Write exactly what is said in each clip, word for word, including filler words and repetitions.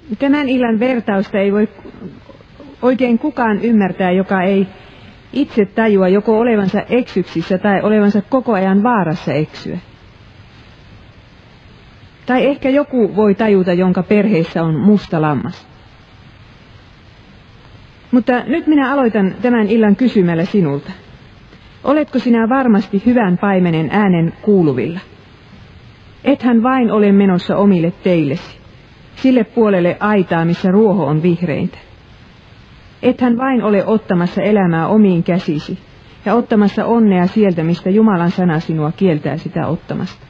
Tämän illan vertausta ei voi oikein kukaan ymmärtää, joka ei itse tajua joko olevansa eksyksissä tai olevansa koko ajan vaarassa eksyä. Tai ehkä joku voi tajuta, jonka perheessä on musta lammas. Mutta nyt minä aloitan tämän illan kysymällä sinulta. Oletko sinä varmasti hyvän paimenen äänen kuuluvilla? Ethän vain ole menossa omille teillesi, sille puolelle aitaa, missä ruoho on vihreintä. Ethän vain ole ottamassa elämää omiin käsisi ja ottamassa onnea sieltä, mistä Jumalan sana sinua kieltää sitä ottamasta.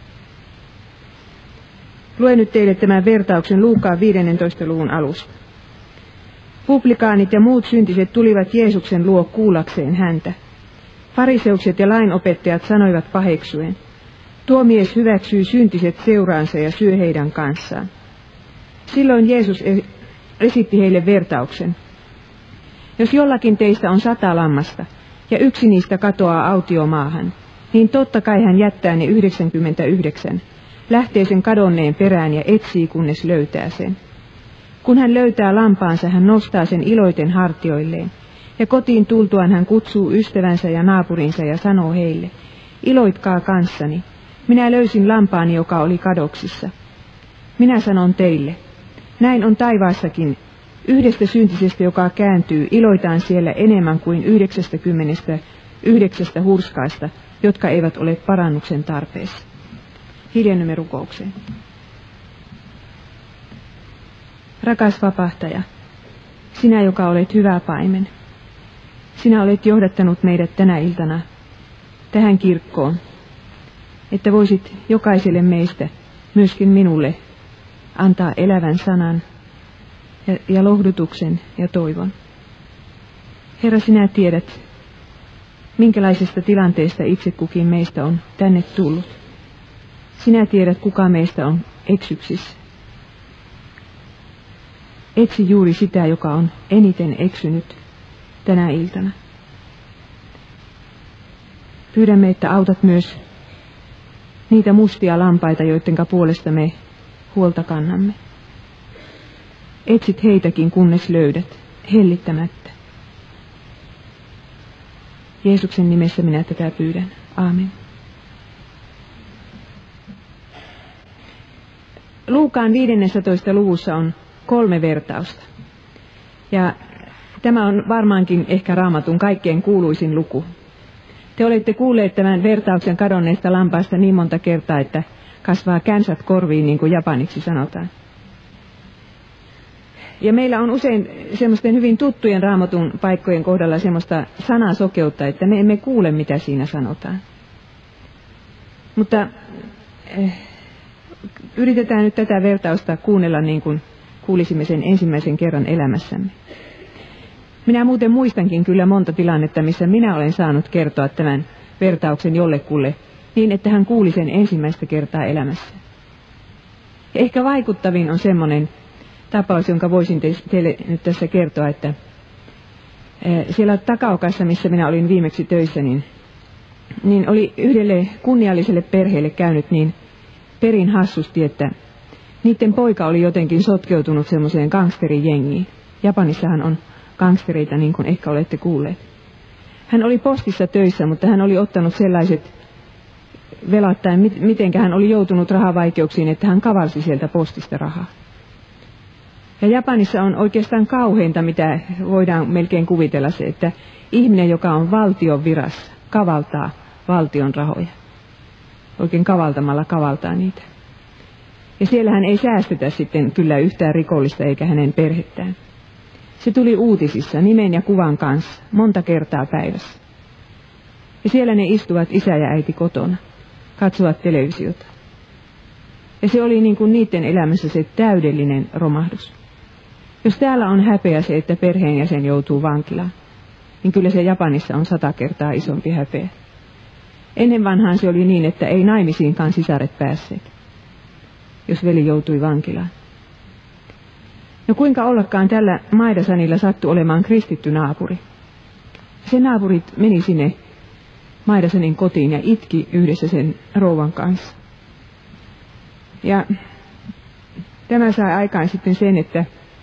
Luen nyt teille tämän vertauksen Luukaan viidennentoista luvun alusta. Publikaanit ja muut syntiset tulivat Jeesuksen luo kuullakseen häntä. Fariseukset ja lainopettajat sanoivat paheksuen, tuo mies hyväksyy syntiset seuraansa ja syö heidän kanssaan. Silloin Jeesus esitti heille vertauksen. Jos jollakin teistä on sata lammasta ja yksi niistä katoaa autiomaahan, niin totta kai hän jättää ne yhdeksänkymmentäyhdeksän, lähtee sen kadonneen perään ja etsii, kunnes löytää sen. Kun hän löytää lampaansa, hän nostaa sen iloiten hartioilleen, ja kotiin tultuaan hän kutsuu ystävänsä ja naapurinsa ja sanoo heille, iloitkaa kanssani, minä löysin lampaani, joka oli kadoksissa. Minä sanon teille, näin on taivaassakin, yhdestä syntisestä, joka kääntyy, iloitaan siellä enemmän kuin yhdeksästäkymmenestä yhdeksästä hurskaista, jotka eivät ole parannuksen tarpeessa. Hiljennymme rukoukseen. Rakas vapahtaja, sinä, joka olet hyvä paimen, sinä olet johdattanut meidät tänä iltana tähän kirkkoon, että voisit jokaiselle meistä, myöskin minulle, antaa elävän sanan ja, ja lohdutuksen ja toivon. Herra, sinä tiedät, minkälaisesta tilanteesta itse kukin meistä on tänne tullut. Sinä tiedät, kuka meistä on eksyksissä. Etsi juuri sitä, joka on eniten eksynyt tänä iltana. Pyydämme, että autat myös niitä mustia lampaita, joidenka puolesta me huolta kannamme. Etsit heitäkin, kunnes löydät, hellittämättä. Jeesuksen nimessä minä tätä pyydän. Aamen. Luukaan viidennentoista luvussa on kolme vertausta. Ja tämä on varmaankin ehkä Raamatun kaikkein kuuluisin luku. Te olette kuulleet tämän vertauksen kadonneesta lampaasta niin monta kertaa, että kasvaa känsät korviin, niin kuin japaniksi sanotaan. Ja meillä on usein semmoisten hyvin tuttujen Raamatun paikkojen kohdalla semmoista sanasokeutta, että me emme kuule, mitä siinä sanotaan. Mutta eh, yritetään nyt tätä vertausta kuunnella niin kuin kuulisimme sen ensimmäisen kerran elämässämme. Minä muuten muistankin kyllä monta tilannetta, missä minä olen saanut kertoa tämän vertauksen jollekulle niin, että hän kuuli sen ensimmäistä kertaa elämässä. Ja ehkä vaikuttavin on semmoinen tapaus, jonka voisin te- teille nyt tässä kertoa, että siellä Takaokassa, missä minä olin viimeksi töissä, niin, niin oli yhdelle kunnialliselle perheelle käynyt niin perin hassusti, että niiden poika oli jotenkin sotkeutunut semmoiseen gangsterijengiin. Japanissahan on gangstereita, niin kuin ehkä olette kuulleet. Hän oli postissa töissä, mutta hän oli ottanut sellaiset velat, tai mitenkä hän oli joutunut rahavaikeuksiin, että hän kavalsi sieltä postista rahaa. Ja Japanissa on oikeastaan kauheinta, mitä voidaan melkein kuvitella se, että ihminen, joka on valtion virassa, kavaltaa valtion rahoja. Oikein kavaltamalla kavaltaa niitä. Ja siellähän ei säästetä sitten kyllä yhtään rikollista eikä hänen perhettään. Se tuli uutisissa nimen ja kuvan kanssa monta kertaa päivässä. Ja siellä ne istuvat isä ja äiti kotona, katsovat televisiota. Ja se oli niin kuin niiden elämässä se täydellinen romahdus. Jos täällä on häpeä se, että perheenjäsen joutuu vankilaan, niin kyllä se Japanissa on sata kertaa isompi häpeä. Ennen vanhaan se oli niin, että ei naimisiinkaan sisaret päässeet, jos veli joutui vankilaan. No kuinka ollakaan tällä Maidasanilla sattui olemaan kristitty naapuri. Se naapurit meni sinne Maidasanin kotiin ja itki yhdessä sen rouvan kanssa. Ja tämä sai aikaan sitten sen, että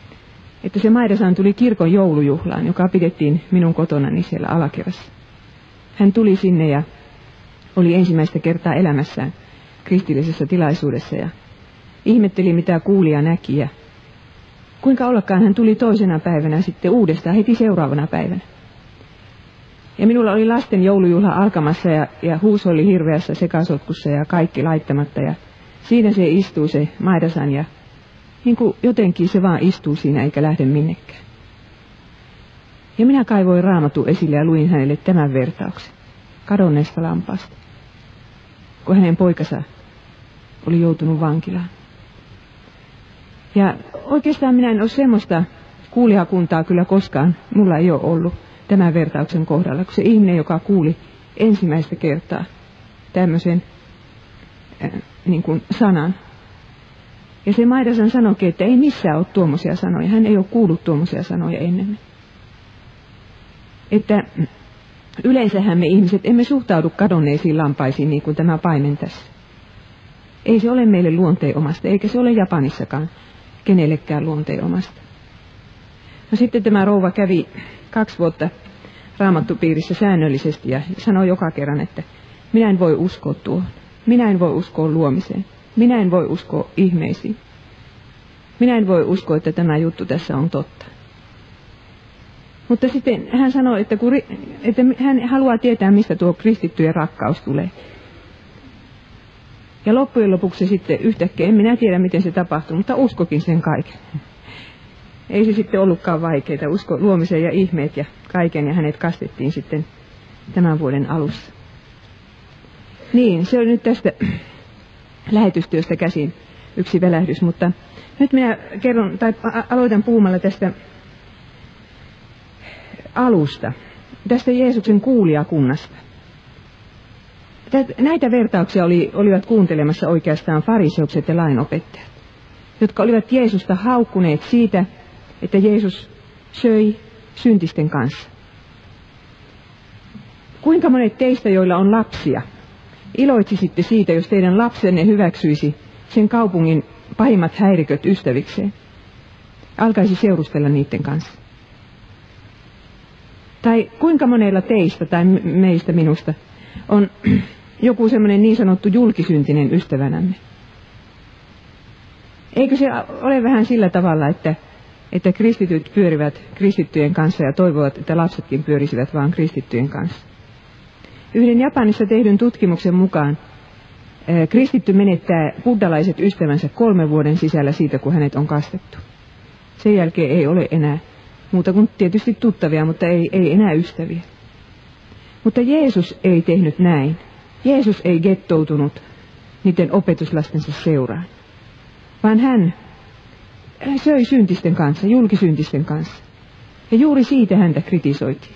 että se Maidasan tuli kirkon joulujuhlaan, joka pidettiin minun kotonani siellä alakerrassa. Hän tuli sinne ja oli ensimmäistä kertaa elämässään kristillisessä tilaisuudessa ja ihmetteli, mitä kuuli ja näki. Ja kuinka ollakaan hän tuli toisena päivänä sitten uudestaan heti seuraavana päivänä. Ja minulla oli lasten joulujuhla alkamassa ja, ja huuso oli hirveässä sekasotkussa ja kaikki laittamatta. Ja siinä se istuu se Maidasan ja niin kuin jotenkin se vaan istuu siinä eikä lähde minnekään. Ja minä kaivoin Raamatun esille ja luin hänelle tämän vertauksen kadonneesta lampaasta, kun hänen poikansa oli joutunut vankilaan. Ja oikeastaan minä en ole semmoista kuulijakuntaa kyllä koskaan, mulla ei ole ollut tämän vertauksen kohdalla, kun se ihminen, joka kuuli ensimmäistä kertaa tämmöisen äh, niin kuin sanan. Ja se Maidasan sanoikin, että ei missään ole tuommoisia sanoja. Hän ei ole kuullut tuommoisia sanoja ennen. Että yleensähän me ihmiset emme suhtaudu kadonneisiin lampaisiin niin kuin tämä paimen tässä. Ei se ole meille luonteen omasta, eikä se ole Japanissakaan kenellekään luonteen omasta. No sitten tämä rouva kävi kaksi vuotta raamattupiirissä säännöllisesti ja sanoi joka kerran, että minä en voi uskoa tuohon. Minä en voi uskoa luomiseen. Minä en voi uskoa ihmeisiin. Minä en voi uskoa, että tämä juttu tässä on totta. Mutta sitten hän sanoi, että, kun, että hän haluaa tietää, mistä tuo kristittyjen rakkaus tulee. Ja loppujen lopuksi sitten yhtäkkiä, en minä tiedä miten se tapahtui, mutta uskokin sen kaiken. Ei se sitten ollutkaan vaikeaa, usko luomiseen ja ihmeet ja kaiken, ja hänet kastettiin sitten tämän vuoden alussa. Niin, se oli nyt tästä lähetystyöstä käsin yksi välähdys, mutta nyt minä kerron, tai aloitan puhumalla tästä alusta, tästä Jeesuksen kuulijakunnasta. Näitä vertauksia oli, olivat kuuntelemassa oikeastaan fariseukset ja lainopettajat, jotka olivat Jeesusta haukkuneet siitä, että Jeesus söi syntisten kanssa. Kuinka monet teistä, joilla on lapsia, iloitsisitte siitä, jos teidän lapsenne hyväksyisi sen kaupungin pahimmat häiriköt ystävikseen? Alkaisi seurustella niiden kanssa. Tai kuinka monella teistä tai meistä minusta on joku semmoinen niin sanottu julkisyntinen ystävänämme? Eikö se ole vähän sillä tavalla, että, että kristityt pyörivät kristittyjen kanssa ja toivovat, että lapsetkin pyörisivät vaan kristittyjen kanssa? Yhden Japanissa tehdyn tutkimuksen mukaan ää, kristitty menettää buddhalaiset ystävänsä kolmen vuoden sisällä siitä, kun hänet on kastettu. Sen jälkeen ei ole enää muuta kuin tietysti tuttavia, mutta ei, ei enää ystäviä. Mutta Jeesus ei tehnyt näin. Jeesus ei gettoutunut niiden opetuslastensa seuraan, vaan hän söi syntisten kanssa, julkisyntisten kanssa. Ja juuri siitä häntä kritisoitiin.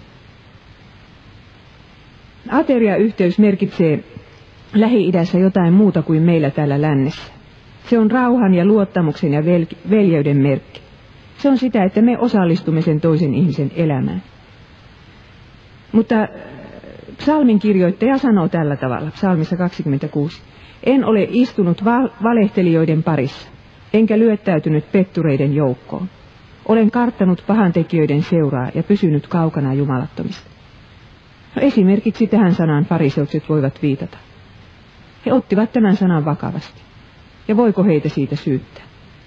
Ateriayhteys merkitsee Lähi-idässä jotain muuta kuin meillä täällä lännessä. Se on rauhan ja luottamuksen ja vel- veljeyden merkki. Se on sitä, että me osallistumme sen toisen ihmisen elämään. Mutta psalmin kirjoittaja sanoo tällä tavalla, psalmissa kaksikymmentäkuusi. En ole istunut val- valehtelijoiden parissa, enkä lyöttäytynyt pettureiden joukkoon. Olen karttanut pahantekijöiden seuraa ja pysynyt kaukana jumalattomista. No esimerkiksi tähän sanaan fariseukset voivat viitata. He ottivat tämän sanan vakavasti. Ja voiko heitä siitä syyttää?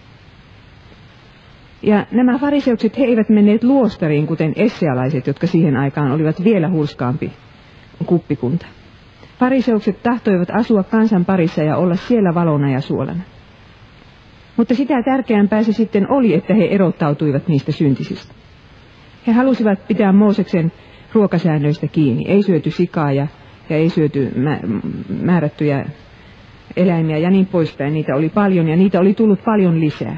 Ja nämä fariseukset, he eivät menneet luostariin, kuten essealaiset, jotka siihen aikaan olivat vielä hurskaampi kuppikunta. Fariseukset tahtoivat asua kansan parissa ja olla siellä valona ja suolana. Mutta sitä tärkeämpää se sitten oli, että he erottautuivat niistä syntisistä. He halusivat pitää Mooseksen ruokasäännöistä kiinni. Ei syöty sikaa ja, ja ei syöty mä, määrättyjä eläimiä ja niin poispäin. Niitä oli paljon ja niitä oli tullut paljon lisää.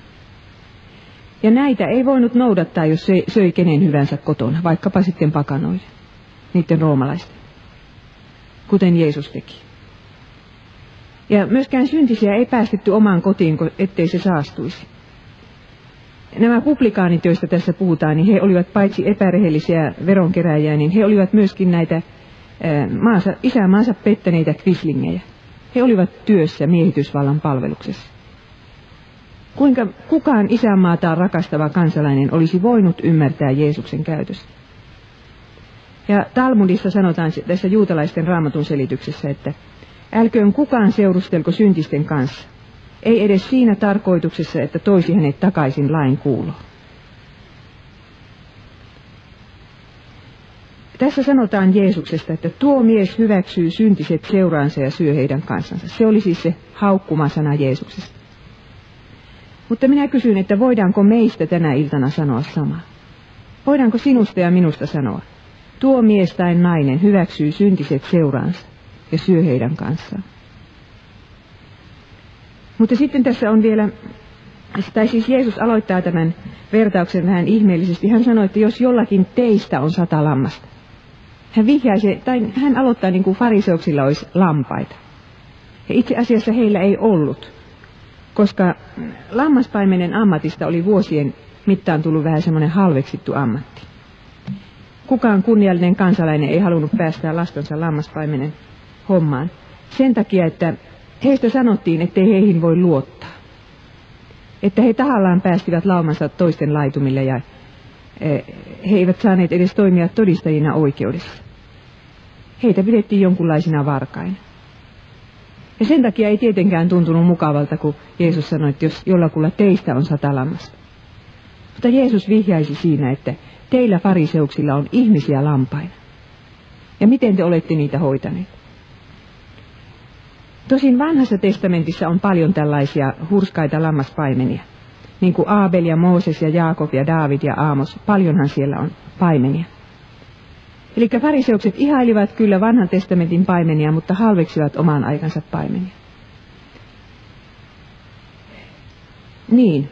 Ja näitä ei voinut noudattaa, jos se söi kenen hyvänsä kotona, vaikkapa sitten pakanoiden, niiden roomalaisten, kuten Jeesus teki. Ja myöskään syntisiä ei päästetty omaan kotiin, ettei se saastuisi. Nämä publikaanit, joista tässä puhutaan, niin he olivat paitsi epärehellisiä veronkeräjiä, niin he olivat myöskin näitä maansa, isämaansa pettäneitä kvislingejä. He olivat työssä miehitysvallan palveluksessa. Kuinka kukaan isänmaataan rakastava kansalainen olisi voinut ymmärtää Jeesuksen käytöstä. Ja Talmudissa sanotaan tässä juutalaisten raamatun selityksessä, että älköön kukaan seurustelko syntisten kanssa, ei edes siinä tarkoituksessa, että toisi hänet takaisin lain kuuloon. Tässä sanotaan Jeesuksesta, että tuo mies hyväksyy syntiset seuraansa ja syö heidän kanssansa. Se oli siis se haukkuma sana Jeesuksesta. Mutta minä kysyn, että voidaanko meistä tänä iltana sanoa samaa? Voidaanko sinusta ja minusta sanoa? Tuo mies tai nainen hyväksyy syntiset seuraansa ja syö heidän kanssaan. Mutta sitten tässä on vielä, tai siis Jeesus aloittaa tämän vertauksen vähän ihmeellisesti. Hän sanoi, että jos jollakin teistä on sata lammasta. Hän vihjaisi, tai hän aloittaa niin kuin fariseuksilla olisi lampaita. Ja itse asiassa heillä ei ollut, koska lammaspaimenen ammatista oli vuosien mittaan tullut vähän semmoinen halveksittu ammatti. Kukaan kunniallinen kansalainen ei halunnut päästää lastansa lammaspaimenen hommaan. Sen takia, että heistä sanottiin, ettei heihin voi luottaa. Että he tahallaan päästivät laumansa toisten laitumille ja he eivät saaneet edes toimia todistajina oikeudessa. Heitä pidettiin jonkunlaisina varkaina. Ja sen takia ei tietenkään tuntunut mukavalta, kun Jeesus sanoi, että jos jollakulla teistä on sata lammasta. Mutta Jeesus vihjaisi siinä, että teillä fariseuksilla on ihmisiä lampaina. Ja miten te olette niitä hoitaneet? Tosin vanhassa testamentissa on paljon tällaisia hurskaita lammaspaimenia. Niin kuin Aabel ja Mooses ja Jaakob ja Daavid ja Aamos, paljonhan siellä on paimenia. Eli fariseukset ihailivat kyllä vanhan testamentin paimenia, mutta halveksivat oman aikansa paimenia. Niin.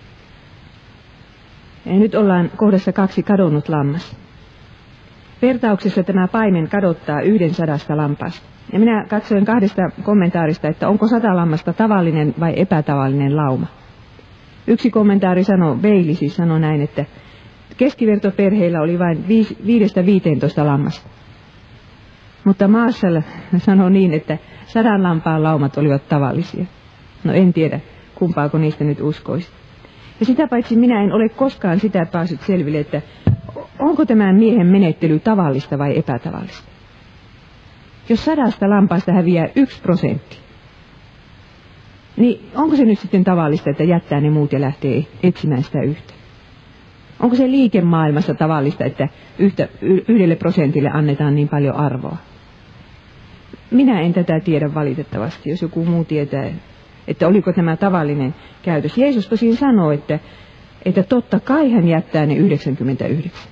Ja nyt ollaan kohdassa kaksi kadonnut lammas. Vertauksessa tämä paimen kadottaa yhden sadasta lampaasta. Ja minä katsoin kahdesta kommentaarista, että onko sata lammasta tavallinen vai epätavallinen lauma. Yksi kommentaari sanoo, Bailey siis sanoi näin, että keskivertoperheillä oli vain viidestä viiteentoista lammasta. Mutta Marshall sanoi niin, että sadan lampaan laumat olivat tavallisia. No en tiedä, kumpaako niistä nyt uskoisi. Ja sitä paitsi minä en ole koskaan sitä päässyt selville, että onko tämä miehen menettely tavallista vai epätavallista. Jos sadasta lampaasta häviää yksi prosentti, niin onko se nyt sitten tavallista, että jättää ne muut ja lähtee etsimään sitä yhtä? Onko se liikemaailmassa tavallista, että yhtä, yhdelle prosentille annetaan niin paljon arvoa? Minä en tätä tiedä valitettavasti, jos joku muu tietää, että oliko tämä tavallinen käytös. Jeesus tosin sanoo, että, että totta kai hän jättää ne yhdeksänkymmentäyhdeksän.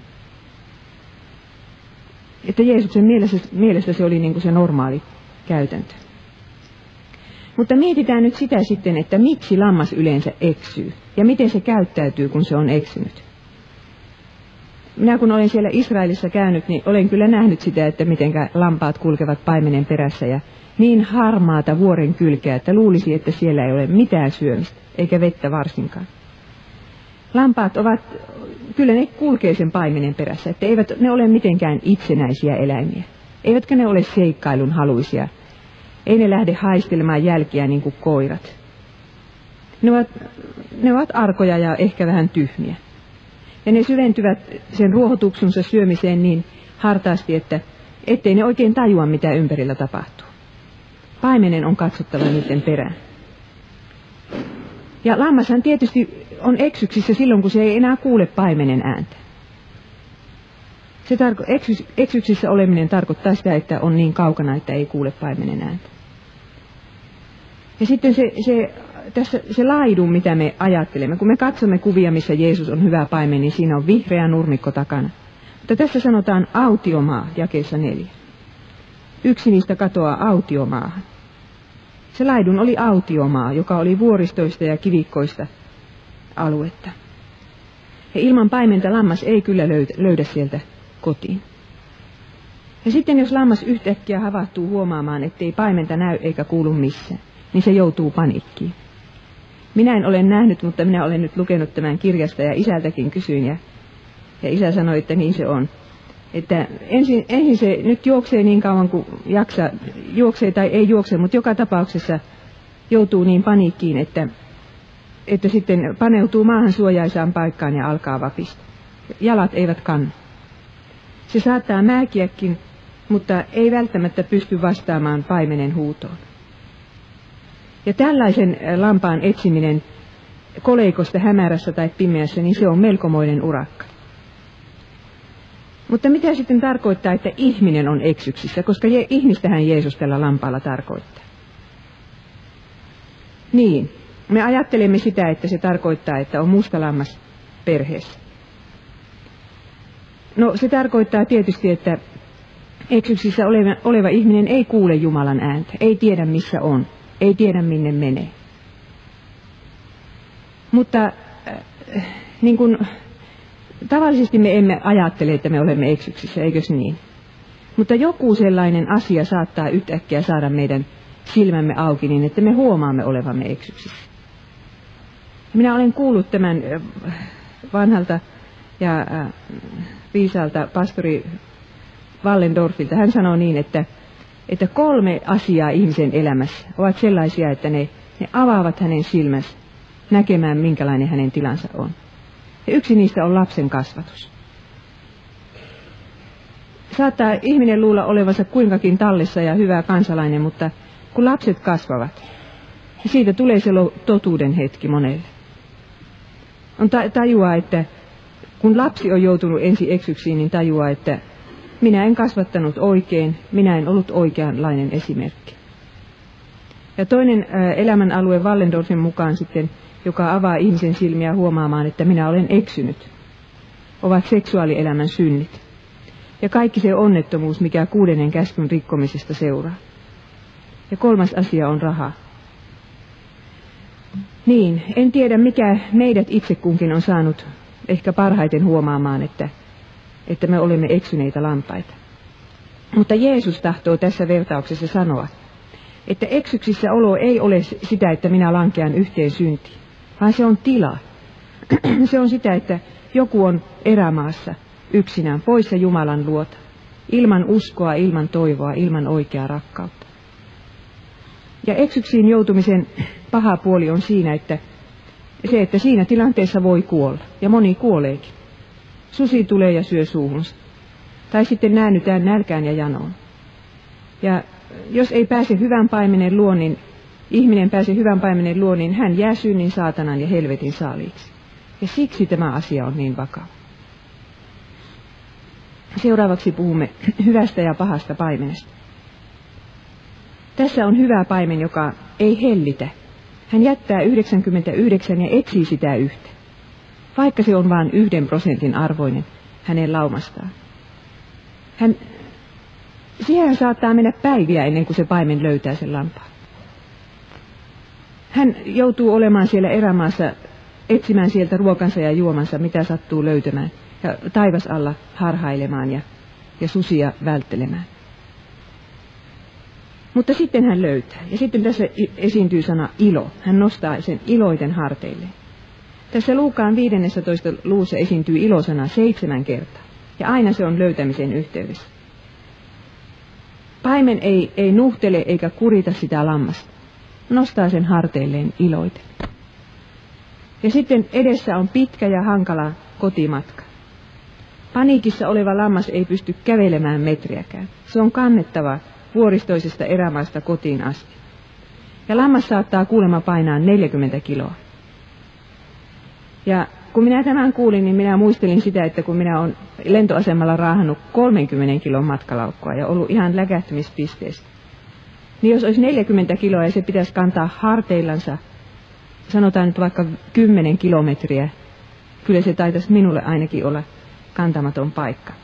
Että Jeesuksen mielestä, mielestä se oli niin kuin se normaali käytäntö. Mutta mietitään nyt sitä sitten, että miksi lammas yleensä eksyy ja miten se käyttäytyy, kun se on eksynyt. Minä kun olen siellä Israelissa käynyt, niin olen kyllä nähnyt sitä, että miten lampaat kulkevat paimenen perässä ja niin harmaata vuoren kylkeä, että luulisi, että siellä ei ole mitään syömistä, eikä vettä varsinkaan. Lampaat ovat, kyllä ne kulkee sen paimenen perässä, että eivät ne ole mitenkään itsenäisiä eläimiä. Eivätkä ne ole seikkailun haluisia. Ei ne lähde haistelemaan jälkiä niin kuin koirat. Ne ovat, ne ovat arkoja ja ehkä vähän tyhmiä. Ja ne syventyvät sen ruohotuksunsa syömiseen niin hartaasti, että ettei ne oikein tajua, mitä ympärillä tapahtuu. Paimenen on katsottava niiden perään. Ja lammashan tietysti on eksyksissä silloin, kun se ei enää kuule paimenen ääntä. Se tarko- eksy- eksyksissä oleminen tarkoittaa sitä, että on niin kaukana, että ei kuule paimenen ääntä. Ja sitten se, se, tässä, se laidun, mitä me ajattelemme. Kun me katsomme kuvia, missä Jeesus on hyvä paimen, niin siinä on vihreä nurmikko takana. Mutta tässä sanotaan autiomaa jakeessa neljä. Yksi niistä katoaa autiomaahan. Se laidun oli autiomaa, joka oli vuoristoista ja kivikkoista aluetta. Ja ilman paimenta lammas ei kyllä löydä, löydä sieltä kotiin. Ja sitten jos lammas yhtäkkiä havahtuu huomaamaan, ettei paimenta näy eikä kuulu missään, niin se joutuu paniikkiin. Minä en ole nähnyt, mutta minä olen nyt lukenut tämän kirjasta ja isältäkin kysyin. Ja, ja isä sanoi, että niin se on. Että ensin, ensin se nyt juoksee niin kauan kuin jaksaa, juoksee tai ei juokse, mutta joka tapauksessa joutuu niin paniikkiin, että että sitten paneutuu maahan suojaisaan paikkaan ja alkaa vapista. Jalat eivät kanna. Se saattaa määkiäkin, mutta ei välttämättä pysty vastaamaan paimenen huutoon. Ja tällaisen lampaan etsiminen koleikosta hämärässä tai pimeässä, niin se on melkomoinen urakka. Mutta mitä sitten tarkoittaa, että ihminen on eksyksissä, koska je- ihmistähän Jeesus tällä lampaalla tarkoittaa. Niin, me ajattelemme sitä, että se tarkoittaa, että on musta lammas perheessä. No se tarkoittaa tietysti, että eksyksissä oleva, oleva ihminen ei kuule Jumalan ääntä, ei tiedä missä on, ei tiedä minne menee. Mutta äh, niin kuin tavallisesti me emme ajattele, että me olemme eksyksissä, eikös niin? Mutta joku sellainen asia saattaa yhtäkkiä saada meidän silmämme auki niin, että me huomaamme olevamme eksyksissä. Minä olen kuullut tämän vanhalta ja viisaalta pastori Wallendorfilta. Hän sanoo niin, että, että kolme asiaa ihmisen elämässä ovat sellaisia, että ne, ne avaavat hänen silmänsä näkemään, minkälainen hänen tilansa on. Ja yksi niistä on lapsen kasvatus. Saattaa ihminen luulla olevansa kuinkakin tallissa ja hyvä kansalainen, mutta kun lapset kasvavat, niin siitä tulee se totuuden hetki monelle. On tajua, että kun lapsi on joutunut ensin eksyksiin, niin tajuaa, että minä en kasvattanut oikein, minä en ollut oikeanlainen esimerkki. Ja toinen elämänalue Wallendorfin mukaan sitten, joka avaa ihmisen silmiä huomaamaan, että minä olen eksynyt, ovat seksuaalielämän synnit. Ja kaikki se onnettomuus, mikä kuudennen käskyn rikkomisesta seuraa. Ja kolmas asia on raha. Niin, en tiedä mikä meidät itse kunkin on saanut ehkä parhaiten huomaamaan, että, että me olemme eksyneitä lampaita. Mutta Jeesus tahtoo tässä vertauksessa sanoa, että eksyksissä olo ei ole sitä, että minä lankean yhteen syntiin, vaan se on tila. Se on sitä, että joku on erämaassa yksinään poissa Jumalan luota, ilman uskoa, ilman toivoa, ilman oikeaa rakkautta. Ja eksyksiin joutumisen paha puoli on siinä, että se, että siinä tilanteessa voi kuolla, ja moni kuoleekin. Susi tulee ja syö suuhunsa. Tai sitten näännytään nälkään ja janoon. Ja jos ei pääse hyvän paimenen luo, niin ihminen pääse hyvän paimenen luo, niin hän jää synnin, saatanan ja helvetin saaliiksi. Ja siksi tämä asia on niin vakava. Seuraavaksi puhumme hyvästä ja pahasta paimenesta. Tässä on hyvä paimen, joka ei hellitä. Hän jättää yhdeksänkymmentäyhdeksän ja etsii sitä yhtä, vaikka se on vain yhden prosentin arvoinen hänen laumastaan. Hän, siihen saattaa mennä päiviä ennen kuin se paimen löytää sen lampaan. Hän joutuu olemaan siellä erämaassa, etsimään sieltä ruokansa ja juomansa, mitä sattuu löytämään, ja taivas alla harhailemaan ja, ja susia välttelemään. Mutta sitten hän löytää. Ja sitten tässä esiintyy sana ilo. Hän nostaa sen iloiten harteilleen. Tässä Luukaan viidennentoista luussa esiintyy ilosana seitsemän kertaa. Ja aina se on löytämisen yhteydessä. Paimen ei, ei nuhtele eikä kurita sitä lammasta. Nostaa sen harteilleen iloiten. Ja sitten edessä on pitkä ja hankala kotimatka. Paniikissa oleva lammas ei pysty kävelemään metriäkään. Se on kannettava vuoristoisesta erämaasta kotiin asti. Ja lammas saattaa kuulemma painaa neljäkymmentä kiloa. Ja kun minä tämän kuulin, niin minä muistelin sitä, että kun minä olen lentoasemalla raahannut kolmenkymmenen kilon matkalaukkoa ja ollut ihan läkähtymispisteessä, niin jos olisi neljäkymmentä kiloa ja se pitäisi kantaa harteillansa, sanotaan nyt vaikka kymmenen kilometriä, kyllä se taitaisi minulle ainakin olla kantamaton paikka.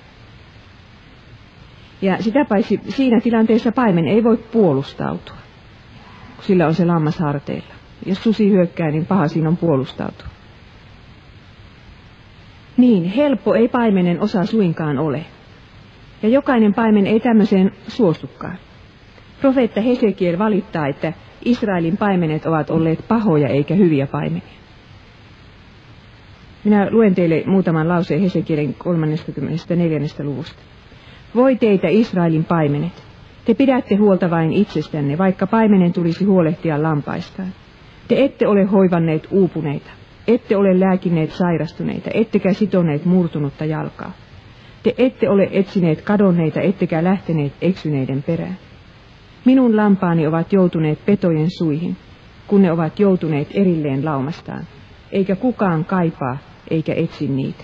Ja sitä paitsi siinä tilanteessa paimen ei voi puolustautua, kun sillä on se lammas harteilla. Jos susi hyökkää, niin paha siinä on puolustautua. Niin, helppo ei paimenen osa suinkaan ole. Ja jokainen paimen ei tämmöiseen suostukaan. Profeetta Hesekiel valittaa, että Israelin paimenet ovat olleet pahoja eikä hyviä paimenia. Minä luen teille muutaman lauseen Hesekielin kolmannesta luvusta. Voi teitä Israelin paimenet, te pidätte huolta vain itsestänne, vaikka paimenen tulisi huolehtia lampaistaan. Te ette ole hoivanneet uupuneita, ette ole lääkineet sairastuneita, ettekä sitoneet murtunutta jalkaa. Te ette ole etsineet kadonneita, ettekä lähteneet eksyneiden perään. Minun lampaani ovat joutuneet petojen suihin, kun ne ovat joutuneet erilleen laumastaan, eikä kukaan kaipaa eikä etsi niitä.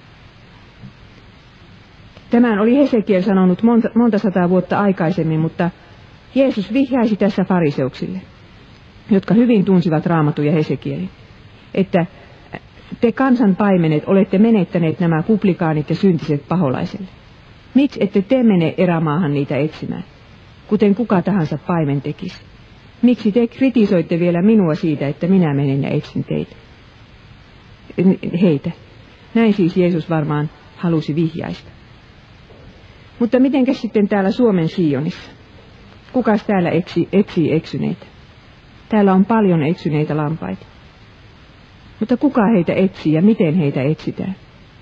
Tämän oli Hesekiel sanonut monta, monta sataa vuotta aikaisemmin, mutta Jeesus vihjaisi tässä fariseuksille, jotka hyvin tunsivat Raamatun ja Hesekielin, että te kansan paimenet olette menettäneet nämä publikaanit ja syntiset paholaiselle. Miksi ette te mene erämaahan niitä etsimään, kuten kuka tahansa paimen tekisi? Miksi te kritisoitte vielä minua siitä, että minä menen ja etsin teitä? Heitä. Näin siis Jeesus varmaan halusi vihjaista. Mutta mitenkäs sitten täällä Suomen Sionissa? Kukas täällä etsi, etsii eksyneitä? Täällä on paljon eksyneitä lampaita. Mutta kuka heitä etsii ja miten heitä etsitään?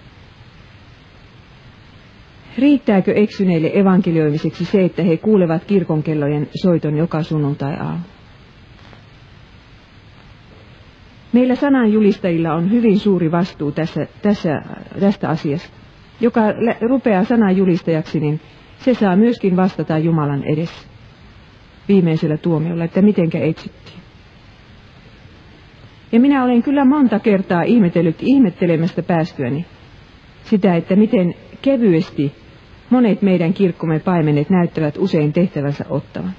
Riittääkö eksyneille evankelioimiseksi se, että he kuulevat kirkonkellojen soiton joka sunnuntai-aamu? Meillä sananjulistajilla on hyvin suuri vastuu tässä, tässä, tästä asiasta. Joka rupeaa sananjulistajaksi, niin se saa myöskin vastata Jumalan edessä viimeisellä tuomiolla, että mitenkä etsittiin. Ja minä olen kyllä monta kertaa ihmetellyt ihmettelemästä päästyäni sitä, että miten kevyesti monet meidän kirkkomme paimenet näyttävät usein tehtävänsä ottavan.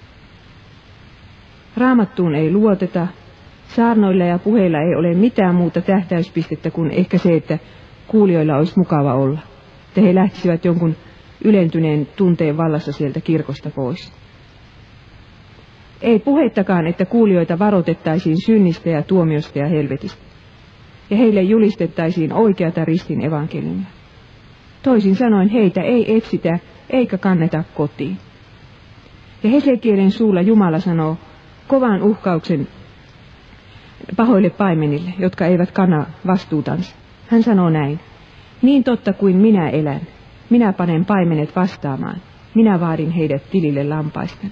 Raamattuun ei luoteta, saarnoilla ja puheilla ei ole mitään muuta tähtäyspistettä kuin ehkä se, että kuulijoilla olisi mukava olla, että he lähtisivät jonkun ylentyneen tunteen vallassa sieltä kirkosta pois. Ei puheittakaan, että kuulijoita varoitettaisiin synnistä ja tuomiosta ja helvetistä, ja heille julistettaisiin oikeata ristin evankeliumia. Toisin sanoen heitä ei etsitä eikä kanneta kotiin. Ja Hesekielin suulla Jumala sanoo kovan uhkauksen pahoille paimenille, jotka eivät kanna vastuutansa. Hän sanoo näin: niin totta kuin minä elän, minä panen paimenet vastaamaan, minä vaadin heidät tilille lampaistani.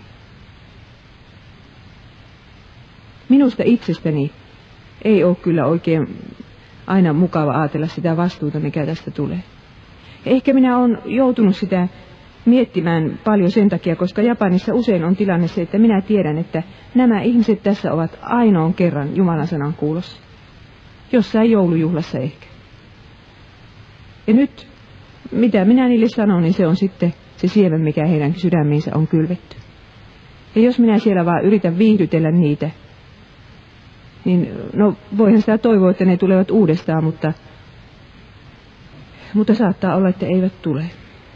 Minusta itsestäni ei ole kyllä oikein aina mukava ajatella sitä vastuuta, mikä tästä tulee. Ja ehkä minä olen joutunut sitä miettimään paljon sen takia, koska Japanissa usein on tilanne se, että minä tiedän, että nämä ihmiset tässä ovat ainoan kerran Jumalan sanan kuulossa. Jossain joulujuhlassa ehkä. Ja nyt, mitä minä niille sanon, niin se on sitten se siemen, mikä heidän sydämiinsä on kylvetty. Ja jos minä siellä vaan yritän viihdytellä niitä, niin no voihan sitä toivoa, että ne tulevat uudestaan, mutta, mutta saattaa olla, että eivät tule.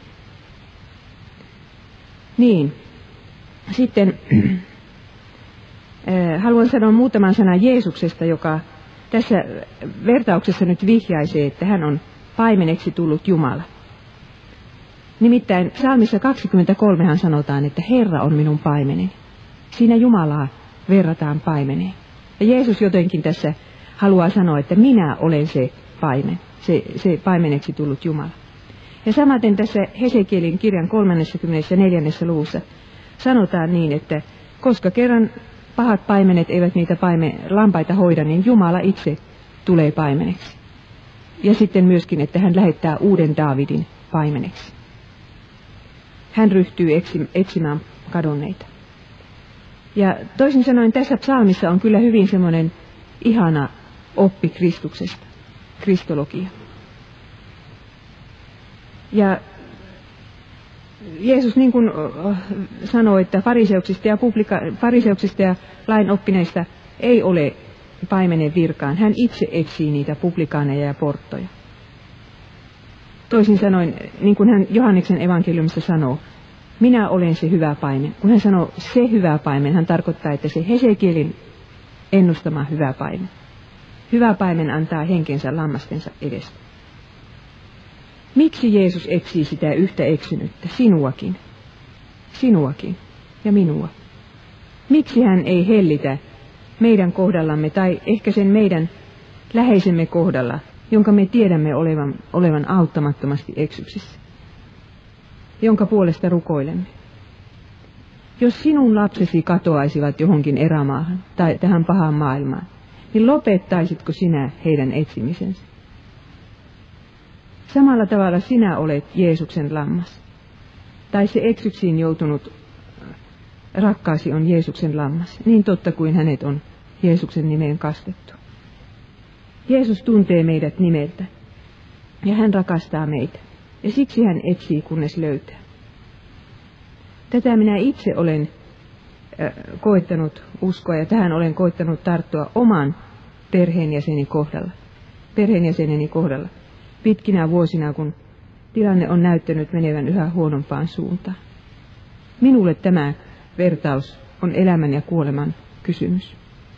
Niin, sitten äh, haluan sanoa muutaman sanan Jeesuksesta, joka tässä vertauksessa nyt vihjaisee, että hän on paimeneksi tullut Jumala. Nimittäin psalmissa kaksikymmentäkolme sanotaan, että Herra on minun paimeneni. Siinä Jumalaa verrataan paimeneen. Ja Jeesus jotenkin tässä haluaa sanoa, että minä olen se paimen, se, se paimeneksi tullut Jumala. Ja samaten tässä Hesekielin kirjan kolmannessakymmenennessäneljännessä luvussa sanotaan niin, että koska kerran pahat paimenet eivät niitä paime, lampaita hoida, niin Jumala itse tulee paimeneksi. Ja sitten myöskin, että hän lähettää uuden Daavidin paimeneksi. Hän ryhtyy etsimään kadonneita. Ja toisin sanoen tässä psalmissa on kyllä hyvin semmoinen ihana oppi Kristuksesta, kristologia. Ja Jeesus niin kuin sanoi, että fariseuksista ja, publika- fariseuksista ja lainoppineista ei ole paimenen virkaan. Hän itse etsii niitä publikaaneja ja porttoja. Toisin sanoen, niin kuin hän Johanneksen evankeliumissa sanoo, minä olen se hyvä paimen. Kun hän sanoo se hyvä paimen, hän tarkoittaa, että se Hesekielin ennustama hyvä paimen. Hyvä paimen antaa henkensä lammastensa edestä. Miksi Jeesus etsii sitä yhtä eksynyttä, sinuakin, sinuakin ja minua? Miksi hän ei hellitä meidän kohdallamme tai ehkä sen meidän läheisemme kohdalla, jonka me tiedämme olevan, olevan auttamattomasti eksyksissä, jonka puolesta rukoilemme? jos sinun lapsesi katoaisivat johonkin erämaahan tai tähän pahaan maailmaan, niin lopettaisitko sinä heidän etsimisensä? Samalla tavalla sinä olet Jeesuksen lammas. Tai se eksyksiin joutunut rakkaasi on Jeesuksen lammas, niin totta kuin hänet on Jeesuksen nimeen kastettu. Jeesus tuntee meidät nimeltä, ja hän rakastaa meitä, ja siksi hän etsii, kunnes löytää. Tätä minä itse olen äh, koettanut uskoa, ja tähän olen koettanut tarttua oman perheenjäseni kohdalla, perheenjäseneni kohdalla, pitkinä vuosina, kun tilanne on näyttänyt menevän yhä huonompaan suuntaan. Minulle tämä vertaus on elämän ja kuoleman kysymys.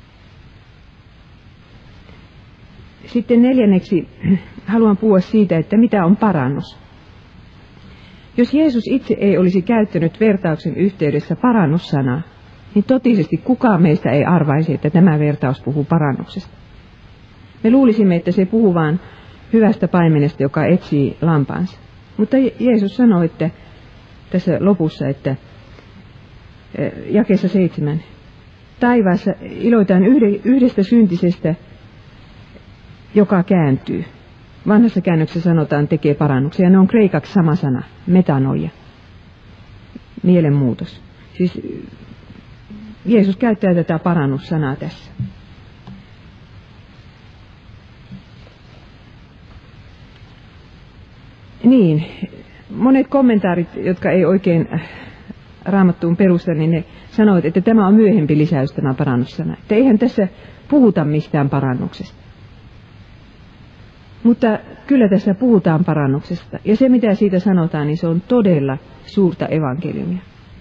Sitten neljänneksi haluan puhua siitä, että mitä on parannus. Jos Jeesus itse ei olisi käyttänyt vertauksen yhteydessä parannussanaa, niin totisesti kukaan meistä ei arvaisi, että tämä vertaus puhuu parannuksesta. Me luulisimme, että se puhuu vain hyvästä paimenesta, joka etsii lampaansa. Mutta Jeesus sanoi, että tässä lopussa, että jakeessa seitsemän, taivaassa iloitaan yhdestä syntisestä, joka kääntyy. Vanhassa käännöksessä sanotaan tekee parannuksia. Ne on kreikaksi sama sana, metanoia, mielenmuutos. Siis Jeesus käyttää tätä parannussanaa tässä. Niin, monet kommentaarit, jotka ei oikein Raamattuun perusta, niin ne sanoivat, että tämä on myöhempi lisäys, tämä parannussana. Että eihän tässä puhuta mistään parannuksesta. Mutta kyllä tässä puhutaan parannuksesta. Ja se, mitä siitä sanotaan, niin se on todella suurta evankeliumia.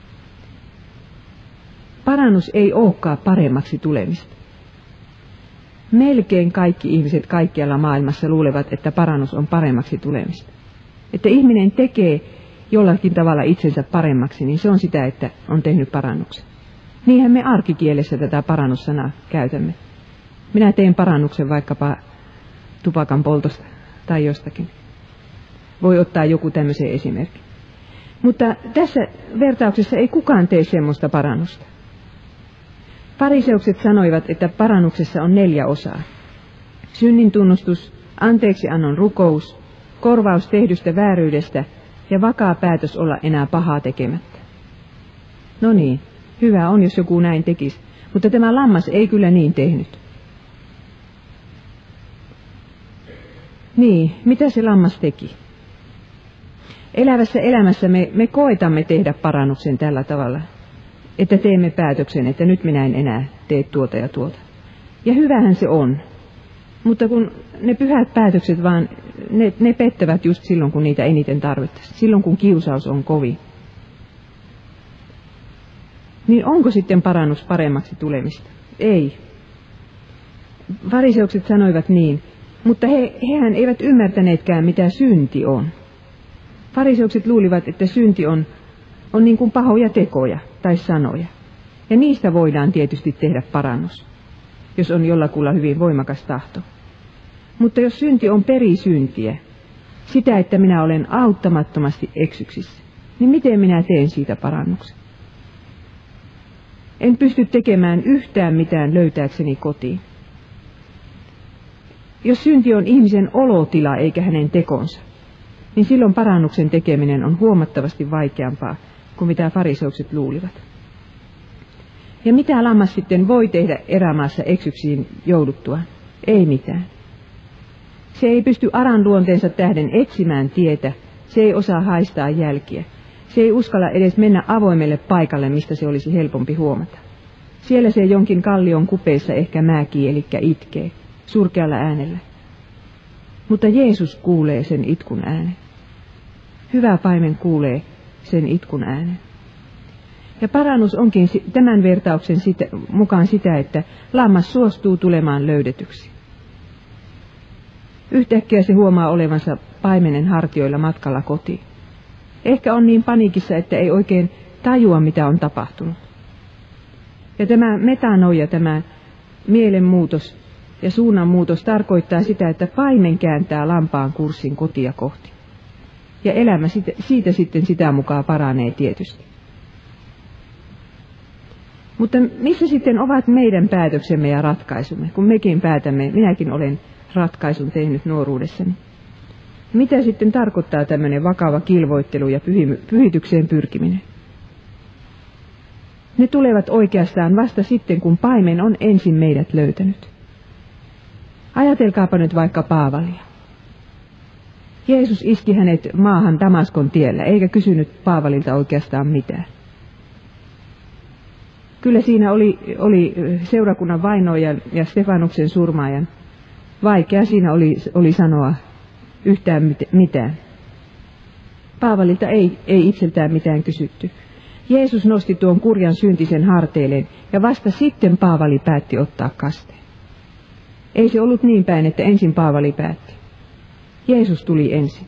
Parannus ei olekaan paremmaksi tulemista. Melkein kaikki ihmiset kaikkialla maailmassa luulevat, että parannus on paremmaksi tulemista. Että ihminen tekee jollakin tavalla itsensä paremmaksi, niin se on sitä, että on tehnyt parannuksen. Niinhän me arkikielessä tätä parannussanaa käytämme. Minä teen parannuksen vaikkapa tupakan poltosta tai jostakin. Voi ottaa joku tämmöisen esimerkin. Mutta tässä vertauksessa ei kukaan tee semmoista parannusta. Fariseukset sanoivat, että parannuksessa on neljä osaa. Synnin tunnustus, anteeksiannon rukous, korvaus tehdystä vääryydestä ja vakaa päätös olla enää pahaa tekemättä. No niin, hyvä on, jos joku näin tekisi, mutta tämä lammas ei kyllä niin tehnyt. Niin, mitä se lammas teki? Elävässä elämässä me, me koetamme tehdä parannuksen tällä tavalla, että teemme päätöksen, että nyt minä en enää tee tuota ja tuota. Ja hyvähän se on, mutta kun ne pyhät päätökset vaan, ne, ne pettävät just silloin, kun niitä eniten tarvittaisiin, silloin kun kiusaus on kovin. Niin onko sitten parannus paremmaksi tulemista? Ei. Fariseukset sanoivat niin, mutta he, hehän eivät ymmärtäneetkään, mitä synti on. Fariseukset luulivat, että synti on, on niin kuin pahoja tekoja tai sanoja. Ja niistä voidaan tietysti tehdä parannus, jos on jollakulla hyvin voimakas tahto. Mutta jos synti on perisyntiä, sitä, että minä olen auttamattomasti eksyksissä, niin miten minä teen siitä parannuksen? En pysty tekemään yhtään mitään löytääkseni kotiin. Jos synti on ihmisen olotila eikä hänen tekonsa, niin silloin parannuksen tekeminen on huomattavasti vaikeampaa kuin mitä fariseukset luulivat. Ja mitä lammas sitten voi tehdä erämaassa eksyksiin jouduttuaan? Ei mitään. Se ei pysty aran luonteensa tähden etsimään tietä, se ei osaa haistaa jälkiä. Se ei uskalla edes mennä avoimelle paikalle, mistä se olisi helpompi huomata. Siellä se jonkin kallion kupeissa ehkä määkii, eli itkee, surkealla äänellä. Mutta Jeesus kuulee sen itkun äänen. Hyvä paimen kuulee sen itkun äänen. Ja parannus onkin tämän vertauksen sitä, mukaan sitä, että lammas suostuu tulemaan löydetyksi. Yhtäkkiä se huomaa olevansa paimenen hartioilla matkalla kotiin. Ehkä on niin paniikissa, että ei oikein tajua, mitä on tapahtunut. Ja tämä metanoia, tämä mielenmuutos ja suunnanmuutos tarkoittaa sitä, että paimen kääntää lampaan kurssin kotia kohti. Ja elämä siitä, siitä sitten sitä mukaan paranee tietysti. Mutta missä sitten ovat meidän päätöksemme ja ratkaisumme, kun mekin päätämme, minäkin olen ratkaisun tehnyt nuoruudessani. Mitä sitten tarkoittaa tämmöinen vakava kilvoittelu ja pyhitykseen pyrkiminen? Ne tulevat oikeastaan vasta sitten, kun paimen on ensin meidät löytänyt. Ajatelkaapa nyt vaikka Paavalia. Jeesus iski hänet maahan Damaskon tiellä, eikä kysynyt Paavalilta oikeastaan mitään. Kyllä siinä oli, oli seurakunnan vainoajan ja Stefanuksen surmaajan. Vaikea siinä oli, oli sanoa yhtään mitään. Paavalilta ei, ei itseltään mitään kysytty. Jeesus nosti tuon kurjan syntisen harteilleen ja vasta sitten Paavali päätti ottaa kasteen. Ei se ollut niin päin, että ensin Paavali päätti. Jeesus tuli ensin.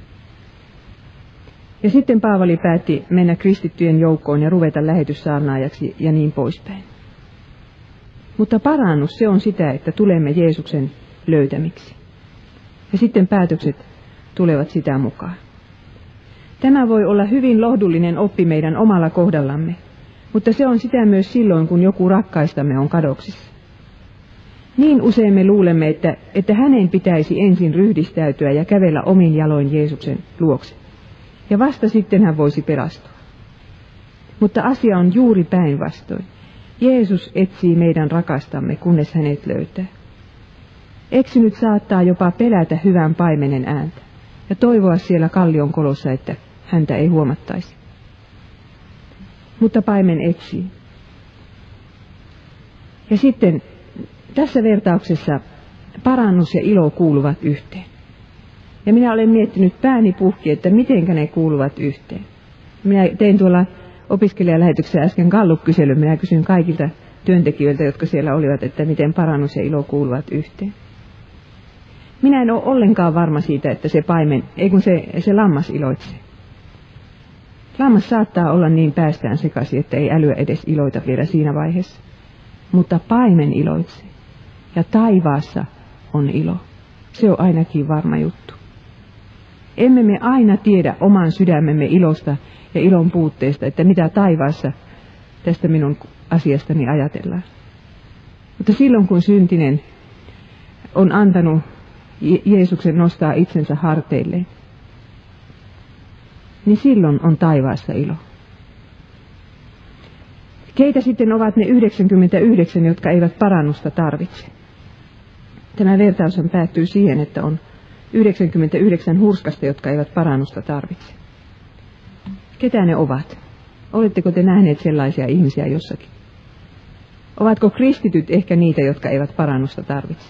Ja sitten Paavali päätti mennä kristittyjen joukkoon ja ruveta lähetyssaarnaajaksi ja niin poispäin. Mutta parannus se on sitä, että tulemme Jeesuksen löytämiksi. Ja sitten päätökset tulevat sitä mukaan. Tämä voi olla hyvin lohdullinen oppi meidän omalla kohdallamme, mutta se on sitä myös silloin, kun joku rakkaistamme on kadoksissa. Niin usein me luulemme, että, että hänen pitäisi ensin ryhdistäytyä ja kävellä omin jaloin Jeesuksen luokse. Ja vasta sitten hän voisi pelastua. Mutta asia on juuri päinvastoin. Jeesus etsii meidän rakastamme, kunnes hänet löytää. Eksynyt saattaa jopa pelätä hyvän paimenen ääntä ja toivoa siellä kallion kolossa, että häntä ei huomattaisi. Mutta paimen etsii. Ja sitten tässä vertauksessa parannus ja ilo kuuluvat yhteen. Ja minä olen miettinyt pääni puhki, että mitenkä ne kuuluvat yhteen. Minä tein tuolla opiskelijalähetyksessä äsken Gallup-kyselyn. Minä kysyin kaikilta työntekijöiltä, jotka siellä olivat, että miten parannus ja ilo kuuluvat yhteen. Minä en ole ollenkaan varma siitä, että se paimen, ei kun se, se lammas iloitsee. Lammas saattaa olla niin päästään sekaisin, että ei älyä edes iloita vielä siinä vaiheessa. Mutta paimen iloitsee. Ja taivaassa on ilo. Se on ainakin varma juttu. Emme me aina tiedä oman sydämemme ilosta ja ilon puutteesta, että mitä taivaassa tästä minun asiastani ajatellaan. Mutta silloin kun syntinen on antanut Jeesuksen nostaa itsensä harteilleen, niin silloin on taivaassa ilo. Keitä sitten ovat ne yhdeksänkymmentäyhdeksän, jotka eivät parannusta tarvitse? Tämä vertaushan päättyy siihen, että on yhdeksänkymmentäyhdeksän hurskasta, jotka eivät parannusta tarvitse. Ketä ne ovat? Oletteko te nähneet sellaisia ihmisiä jossakin? Ovatko kristityt ehkä niitä, jotka eivät parannusta tarvitse?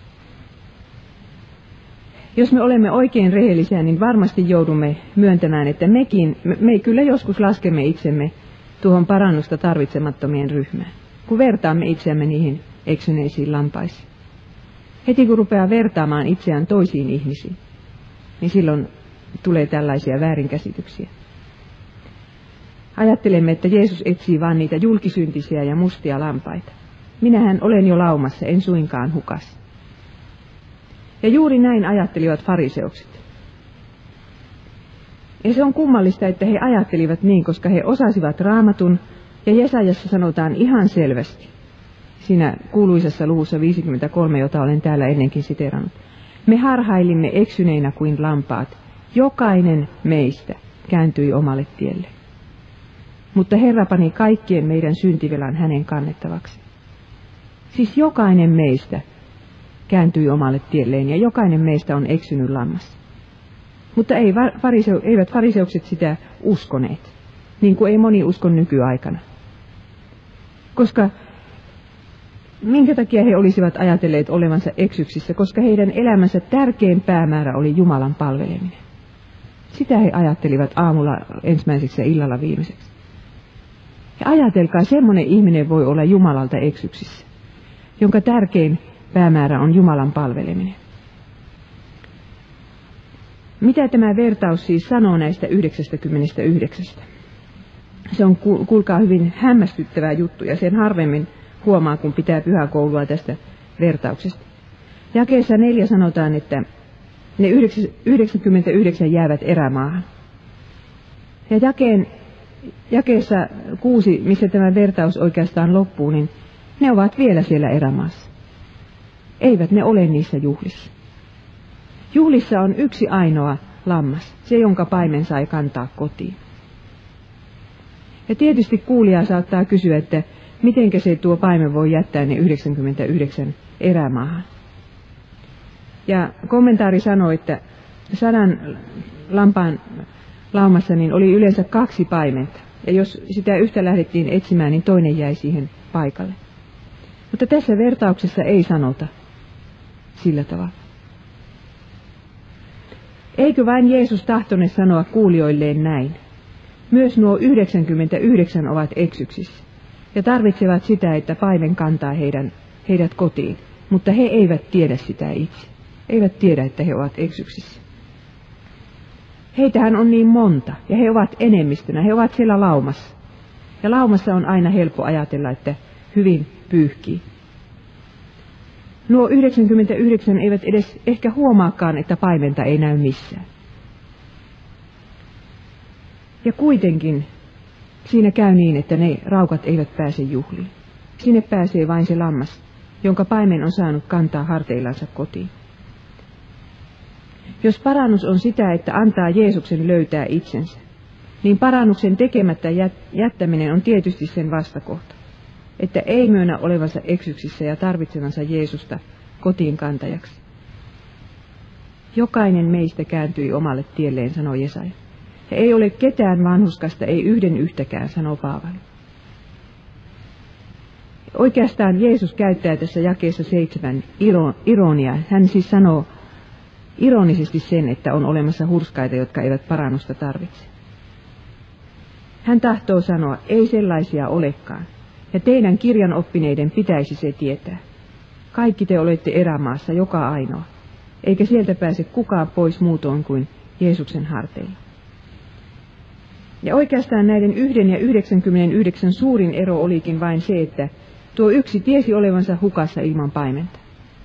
Jos me olemme oikein rehellisiä, niin varmasti joudumme myöntämään, että mekin, me, me kyllä joskus laskemme itsemme tuohon parannusta tarvitsemattomien ryhmään, kun vertaamme itseämme niihin eksyneisiin lampaisiin. Heti kun rupeaa vertaamaan itseään toisiin ihmisiin, niin silloin tulee tällaisia väärinkäsityksiä. Ajattelemme, että Jeesus etsii vain niitä julkisyntisiä ja mustia lampaita. Minähän olen jo laumassa, en suinkaan hukas. Ja juuri näin ajattelivat fariseukset. Ja se on kummallista, että he ajattelivat niin, koska he osasivat Raamatun, ja Jesajassa sanotaan ihan selvästi, siinä kuuluisessa luvussa viisikymmentäkolme, jota olen täällä ennenkin siteerannut. Me harhailimme eksyneinä kuin lampaat, jokainen meistä kääntyi omalle tielle. Mutta Herra pani kaikkien meidän syntivelan hänen kannettavaksi. Siis jokainen meistä kääntyi omalle tielleen ja jokainen meistä on eksynyt lammas. Mutta ei fariseu, eivät fariseukset sitä uskoneet, niin kuin ei moni uskon nykyaikana. Koska minkä takia he olisivat ajatelleet olevansa eksyksissä, koska heidän elämänsä tärkein päämäärä oli Jumalan palveleminen. Sitä he ajattelivat aamulla ensimmäiseksi ja illalla viimeiseksi. Ja ajatelkaa, semmoinen ihminen voi olla Jumalalta eksyksissä, jonka tärkein päämäärä on Jumalan palveleminen. Mitä tämä vertaus siis sanoo näistä yhdeksästäkymmenestäyhdeksästä? Se on, kuulkaa, hyvin hämmästyttävää juttu, ja sen harvemmin huomaa, kun pitää pyhäkoulua tästä vertauksesta. Jakeessa neljä sanotaan, että ne yhdeksänkymmentäyhdeksän jäävät erämaahan. Ja jakeen jakeessa kuusi, missä tämä vertaus oikeastaan loppuu, niin ne ovat vielä siellä erämaassa. Eivät ne ole niissä juhlissa. Juhlissa on yksi ainoa lammas, se jonka paimen sai kantaa kotiin. Ja tietysti kuulija saattaa kysyä, että mitenkä se tuo paimen voi jättää ne yhdeksänkymmentäyhdeksän erämaahan. Ja kommentaari sanoi, että sadan lampaan laumassa niin oli yleensä kaksi paimenta. Ja jos sitä yhtä lähdettiin etsimään, niin toinen jäi siihen paikalle. Mutta tässä vertauksessa ei sanota sillä tavalla. Eikö vain Jeesus tahtone sanoa kuulijoilleen näin? Myös nuo yhdeksänkymmentäyhdeksän ovat eksyksissä ja tarvitsevat sitä, että paimen kantaa heidän, heidät kotiin, mutta he eivät tiedä sitä itse. Eivät tiedä, että he ovat eksyksissä. Heitähän on niin monta ja he ovat enemmistönä, he ovat siellä laumassa. Ja laumassa on aina helppo ajatella, että hyvin pyyhkii. Nuo yhdeksänkymmentäyhdeksän eivät edes ehkä huomaakaan, että paimenta ei näy missään. Ja kuitenkin siinä käy niin, että ne raukat eivät pääse juhliin. Sinne pääsee vain se lammas, jonka paimen on saanut kantaa harteillansa kotiin. Jos parannus on sitä, että antaa Jeesuksen löytää itsensä, niin parannuksen tekemättä jättäminen on tietysti sen vastakohta, että ei myönnä olevansa eksyksissä ja tarvitsevansa Jeesusta kotiin kantajaksi. Jokainen meistä kääntyi omalle tielleen, sanoi Jesaja. Ja ei ole ketään vanhuskasta, ei yhden yhtäkään, sanoo Paavali. Oikeastaan Jeesus käyttää tässä jakeessa seitsemän ironiaa. Hän siis sanoo ironisesti sen, että on olemassa hurskaita, jotka eivät parannusta tarvitse. Hän tahtoo sanoa, ei sellaisia olekaan. Ja teidän kirjanoppineiden pitäisi se tietää. Kaikki te olette erämaassa, joka ainoa. Eikä sieltä pääse kukaan pois muutoin kuin Jeesuksen harteilla. Ja oikeastaan näiden yhden ja yhdeksänkymmentäyhdeksän suurin ero olikin vain se, että tuo yksi tiesi olevansa hukassa ilman paimenta.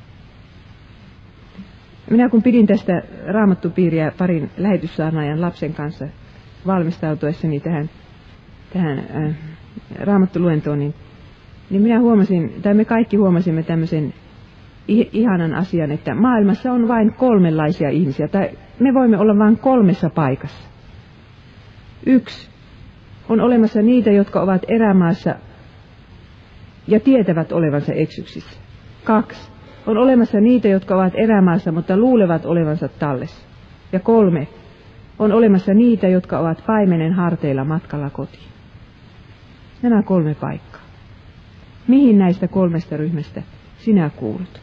Minä kun pidin tästä raamattupiiriä parin lähetyssaarnaajan lapsen kanssa valmistautuessani tähän, tähän äh, raamattuluentoon, niin, niin minä huomasin, tai me kaikki huomasimme tämmöisen ihanan asian, että maailmassa on vain kolmenlaisia ihmisiä, tai me voimme olla vain kolmessa paikassa. Yksi on olemassa niitä, jotka ovat erämaassa ja tietävät olevansa eksyksissä. Kaksi on olemassa niitä, jotka ovat erämaassa, mutta luulevat olevansa tallessa. Ja kolme on olemassa niitä, jotka ovat paimenen harteilla matkalla kotiin. Nämä kolme paikkaa. Mihin näistä kolmesta ryhmästä sinä kuulut?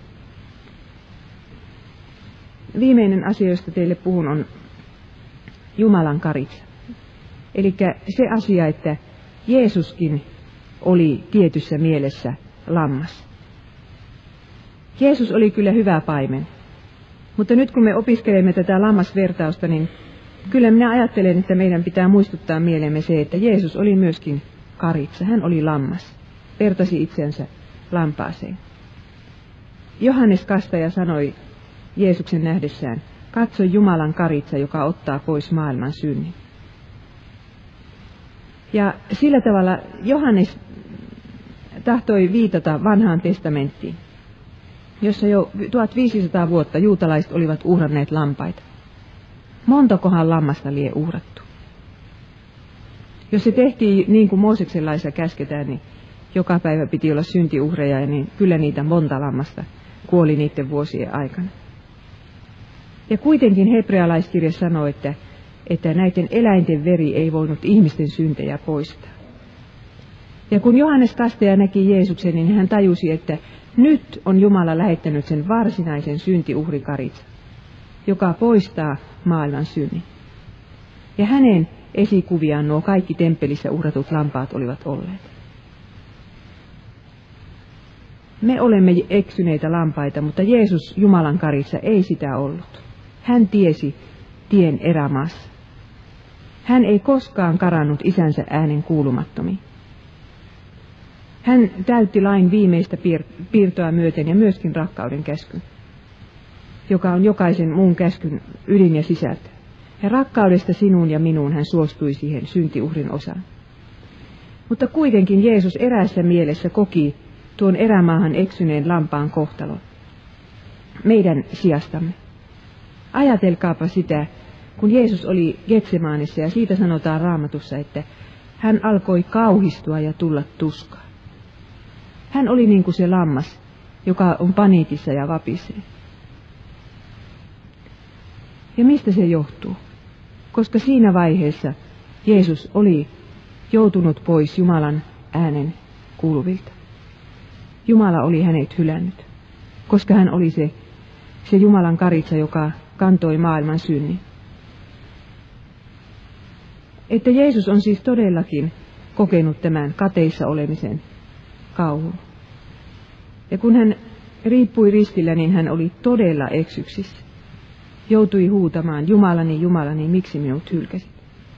Viimeinen asia, josta teille puhun, on Jumalan karitsa. Eli se asia, että Jeesuskin oli tietyssä mielessä lammas. Jeesus oli kyllä hyvä paimen, mutta nyt kun me opiskelemme tätä lammasvertausta, niin kyllä minä ajattelen, että meidän pitää muistuttaa mieleemme se, että Jeesus oli myöskin karitsa. Hän oli lammas, vertasi itsensä lampaaseen. Johannes Kastaja sanoi Jeesuksen nähdessään, katso Jumalan karitsa, joka ottaa pois maailman synnin. Ja sillä tavalla Johannes tahtoi viitata vanhaan testamenttiin, jossa jo tuhatviisisataa vuotta juutalaiset olivat uhranneet lampaita. Montakohan lammasta lie uhrattu? Jos se tehtiin niin kuin Mooseksen laissa käsketään, niin joka päivä piti olla syntiuhreja, niin kyllä niitä monta lammasta kuoli niiden vuosien aikana. Ja kuitenkin hebrealaiskirja sanoo, että, että näiden eläinten veri ei voinut ihmisten syntejä poistaa. Ja kun Johannes Kastaja näki Jeesuksen, niin hän tajusi, että nyt on Jumala lähettänyt sen varsinaisen syntiuhrikaritsan, joka poistaa maailman synnin. Ja hänen esikuviaan nuo kaikki temppelissä uhratut lampaat olivat olleet. Me olemme eksyneitä lampaita, mutta Jeesus, Jumalan karitsa, ei sitä ollut. Hän tiesi tien erämaassa. Hän ei koskaan karannut isänsä äänen kuulumattomiin. Hän täytti lain viimeistä piir- piirtoa myöten ja myöskin rakkauden käskyn, joka on jokaisen muun käskyn ydin ja sisältö. Ja rakkaudesta sinuun ja minuun hän suostui siihen syntiuhrin osaan. Mutta kuitenkin Jeesus eräässä mielessä koki tuon erämaahan eksyneen lampaan kohtalon meidän sijastamme. Ajatelkaapa sitä, kun Jeesus oli Getsemaanissa, ja siitä sanotaan Raamatussa, että hän alkoi kauhistua ja tulla tuskaan. Hän oli niin kuin se lammas, joka on paniikissa ja vapisee. Ja mistä se johtuu? Koska siinä vaiheessa Jeesus oli joutunut pois Jumalan äänen kuuluvilta. Jumala oli hänet hylännyt, koska hän oli se, se Jumalan karitsa, joka kantoi maailman synnin. Että Jeesus on siis todellakin kokenut tämän kateissa olemisen kauhun. Ja kun hän riippui ristillä, niin hän oli todella eksyksissä. Joutui huutamaan, Jumalani, Jumalani, miksi minut hylkäsit?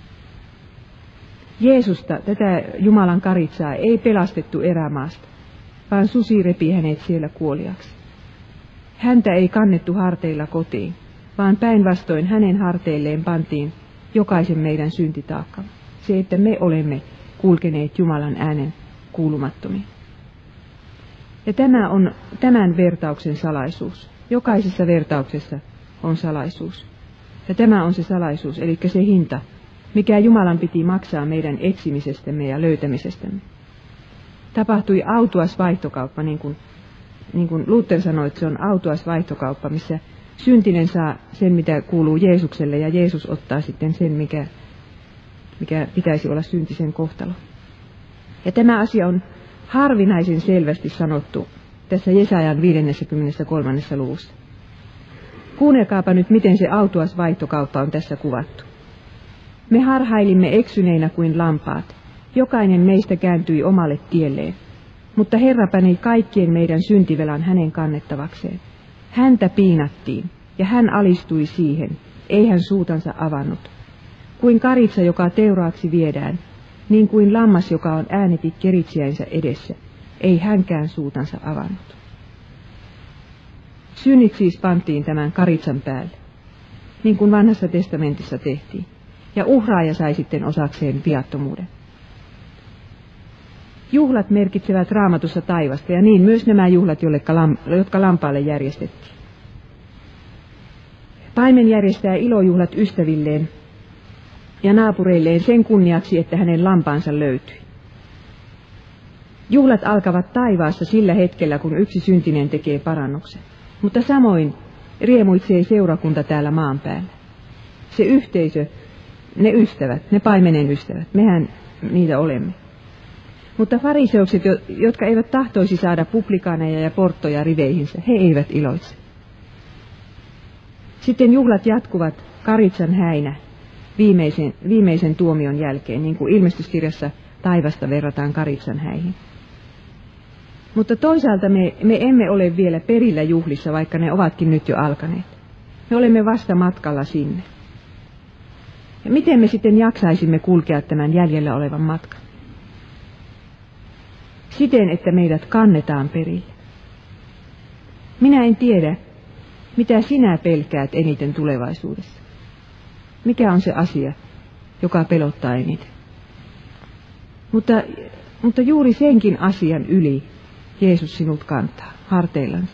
Jeesusta, tätä Jumalan karitsaa, ei pelastettu erämaasta, vaan susi repi hänet siellä kuoliaksi. Häntä ei kannettu harteilla kotiin, vaan päinvastoin hänen harteilleen pantiin jokaisen meidän syntitaakka. Se, että me olemme kulkeneet Jumalan äänen kuulumattomiin. Ja tämä on tämän vertauksen salaisuus. Jokaisessa vertauksessa on salaisuus. Ja tämä on se salaisuus, eli se hinta, mikä Jumalan piti maksaa meidän etsimisestämme ja löytämisestämme. Tapahtui autuas vaihtokauppa, niin kuin, niin kuin Luther sanoi, että se on autuas vaihtokauppa, missä syntinen saa sen, mitä kuuluu Jeesukselle, ja Jeesus ottaa sitten sen, mikä, mikä pitäisi olla syntisen kohtalo. Ja tämä asia on harvinaisen selvästi sanottu tässä Jesajan viideskymmeneskolmas luvussa. Kuunnelkaapa nyt, miten se autuas vaihtokauppa on tässä kuvattu. Me harhailimme eksyneinä kuin lampaat. Jokainen meistä kääntyi omalle tielleen, mutta Herra pani kaikkien meidän syntivelan hänen kannettavakseen. Häntä piinattiin, ja hän alistui siihen, ei hän suutansa avannut. Kuin karitsa, joka teuraaksi viedään, niin kuin lammas, joka on ääneti keritsiäinsä edessä, ei hänkään suutansa avannut. Synnit siis pantiin tämän karitsan päälle, niin kuin vanhassa testamentissa tehtiin, ja uhraaja sai sitten osakseen viattomuuden. Juhlat merkitsevät Raamatussa taivasta, ja niin myös nämä juhlat, jotka lampaalle järjestettiin. Paimen järjestää ilojuhlat ystävilleen ja naapureilleen sen kunniaksi, että hänen lampaansa löytyi. Juhlat alkavat taivaassa sillä hetkellä, kun yksi syntinen tekee parannuksen, mutta samoin riemuitsee seurakunta täällä maan päällä. Se yhteisö, ne ystävät, ne paimenen ystävät, mehän niitä olemme. Mutta fariseukset, jotka eivät tahtoisi saada publikaaneja ja porttoja riveihinsä, he eivät iloitse. Sitten juhlat jatkuvat karitsan häinä viimeisen, viimeisen tuomion jälkeen, niin kuin ilmestyskirjassa taivasta verrataan karitsan häihin. Mutta toisaalta me, me emme ole vielä perillä juhlissa, vaikka ne ovatkin nyt jo alkaneet. Me olemme vasta matkalla sinne. Ja miten me sitten jaksaisimme kulkea tämän jäljellä olevan matkan? Siten, että meidät kannetaan perille. Minä en tiedä, mitä sinä pelkäät eniten tulevaisuudessa. Mikä on se asia, joka pelottaa eniten? Mutta, mutta juuri senkin asian yli Jeesus sinut kantaa harteillansa.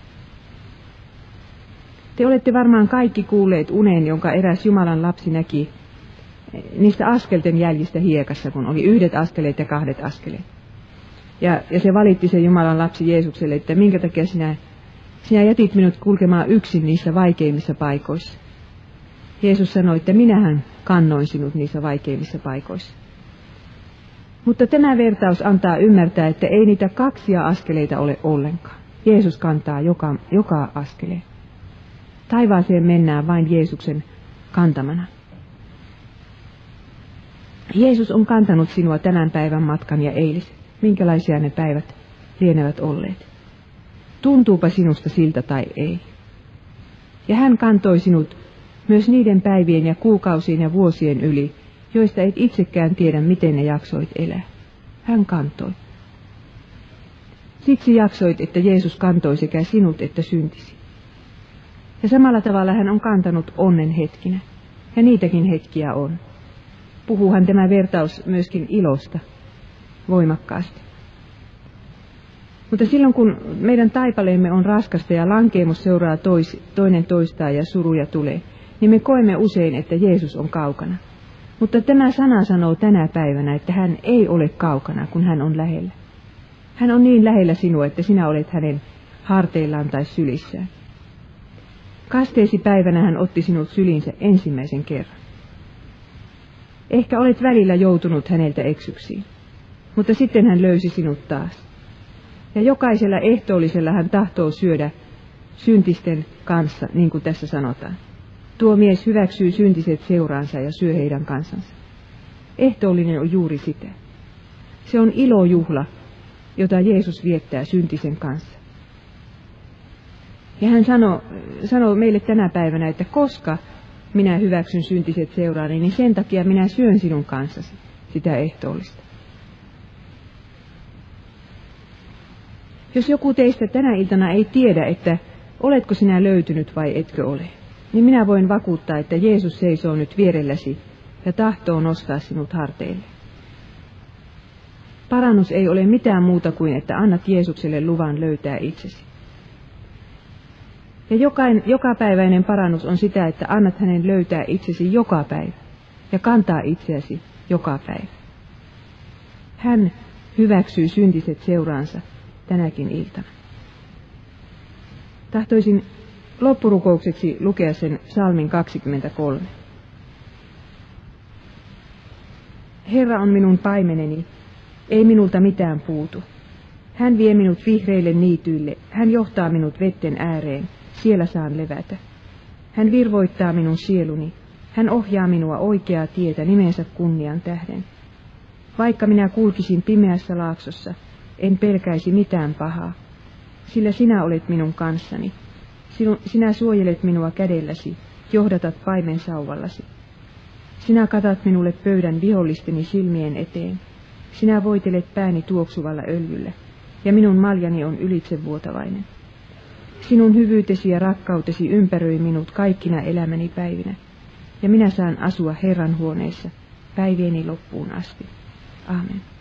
Te olette varmaan kaikki kuulleet unen, jonka eräs Jumalan lapsi näki niistä askelten jäljistä hiekassa, kun oli yhdet askeleet ja kahdet askeleet. Ja, ja se valitti se Jumalan lapsi Jeesukselle, että minkä takia sinä, sinä jätit minut kulkemaan yksin niissä vaikeimmissa paikoissa. Jeesus sanoi, että minähän kannoin sinut niissä vaikeimmissa paikoissa. Mutta tämä vertaus antaa ymmärtää, että ei niitä kaksia askeleita ole ollenkaan. Jeesus kantaa joka, joka askeleen. Taivaaseen mennään vain Jeesuksen kantamana. Jeesus on kantanut sinua tämän päivän matkan ja eilisen. Minkälaisia ne päivät lienevät olleet. Tuntuupa sinusta siltä tai ei. Ja hän kantoi sinut myös niiden päivien ja kuukausien ja vuosien yli, joista et itsekään tiedä, miten ne jaksoit elää. Hän kantoi. Siksi jaksoit, että Jeesus kantoi sekä sinut että syntisi. Ja samalla tavalla hän on kantanut onnen hetkinä. Ja niitäkin hetkiä on. Puhuuhan tämä vertaus myöskin ilosta. voimakkaasti. Mutta silloin kun meidän taipaleemme on raskasta ja lankeemus seuraa tois, toinen toistaan ja suruja tulee, niin me koemme usein, että Jeesus on kaukana. Mutta tämä sana sanoo tänä päivänä, että hän ei ole kaukana, kun hän on lähellä. Hän on niin lähellä sinua, että sinä olet hänen harteillaan tai sylissään. Kasteesi päivänä hän otti sinut syliinsä ensimmäisen kerran. Ehkä olet välillä joutunut häneltä eksyksiin, mutta sitten hän löysi sinut taas. Ja jokaisella ehtoollisella hän tahtoo syödä syntisten kanssa, niin kuin tässä sanotaan. Tuo mies hyväksyy syntiset seuraansa ja syö heidän kansansa. Ehtoollinen on juuri sitä. Se on ilojuhla, jota Jeesus viettää syntisen kanssa. Ja hän sanoo, sanoo meille tänä päivänä, että koska minä hyväksyn syntiset seuraani, niin sen takia minä syön sinun kanssasi sitä ehtoollista. Jos joku teistä tänä iltana ei tiedä, että oletko sinä löytynyt vai etkö ole, niin minä voin vakuuttaa, että Jeesus seisoo nyt vierelläsi ja tahtoo nostaa sinut harteille. Parannus ei ole mitään muuta kuin, että annat Jeesukselle luvan löytää itsesi. Ja jokain, jokapäiväinen parannus on sitä, että annat hänen löytää itsesi joka päivä ja kantaa itseäsi joka päivä. Hän hyväksyy syntiset seuraansa tänäkin iltana. Tahtoisin loppurukoukseksi lukea sen psalmin kaksikymmentäkolme. Herra on minun paimeneni, ei minulta mitään puutu. Hän vie minut vihreille niityille, hän johtaa minut vetten ääreen, siellä saan levätä. Hän virvoittaa minun sieluni, hän ohjaa minua oikeaa tietä nimensä kunnian tähden. Vaikka minä kulkisin pimeässä laaksossa, en pelkäisi mitään pahaa, sillä sinä olet minun kanssani. Sinu, sinä suojelet minua kädelläsi, johdatat paimen sauvallasi. Sinä katat minulle pöydän vihollisteni silmien eteen. Sinä voitelet pääni tuoksuvalla öljyllä, ja minun maljani on ylitsevuotavainen. Sinun hyvyytesi ja rakkautesi ympäröi minut kaikkina elämäni päivinä, ja minä saan asua Herran huoneessa päivieni loppuun asti. Amen.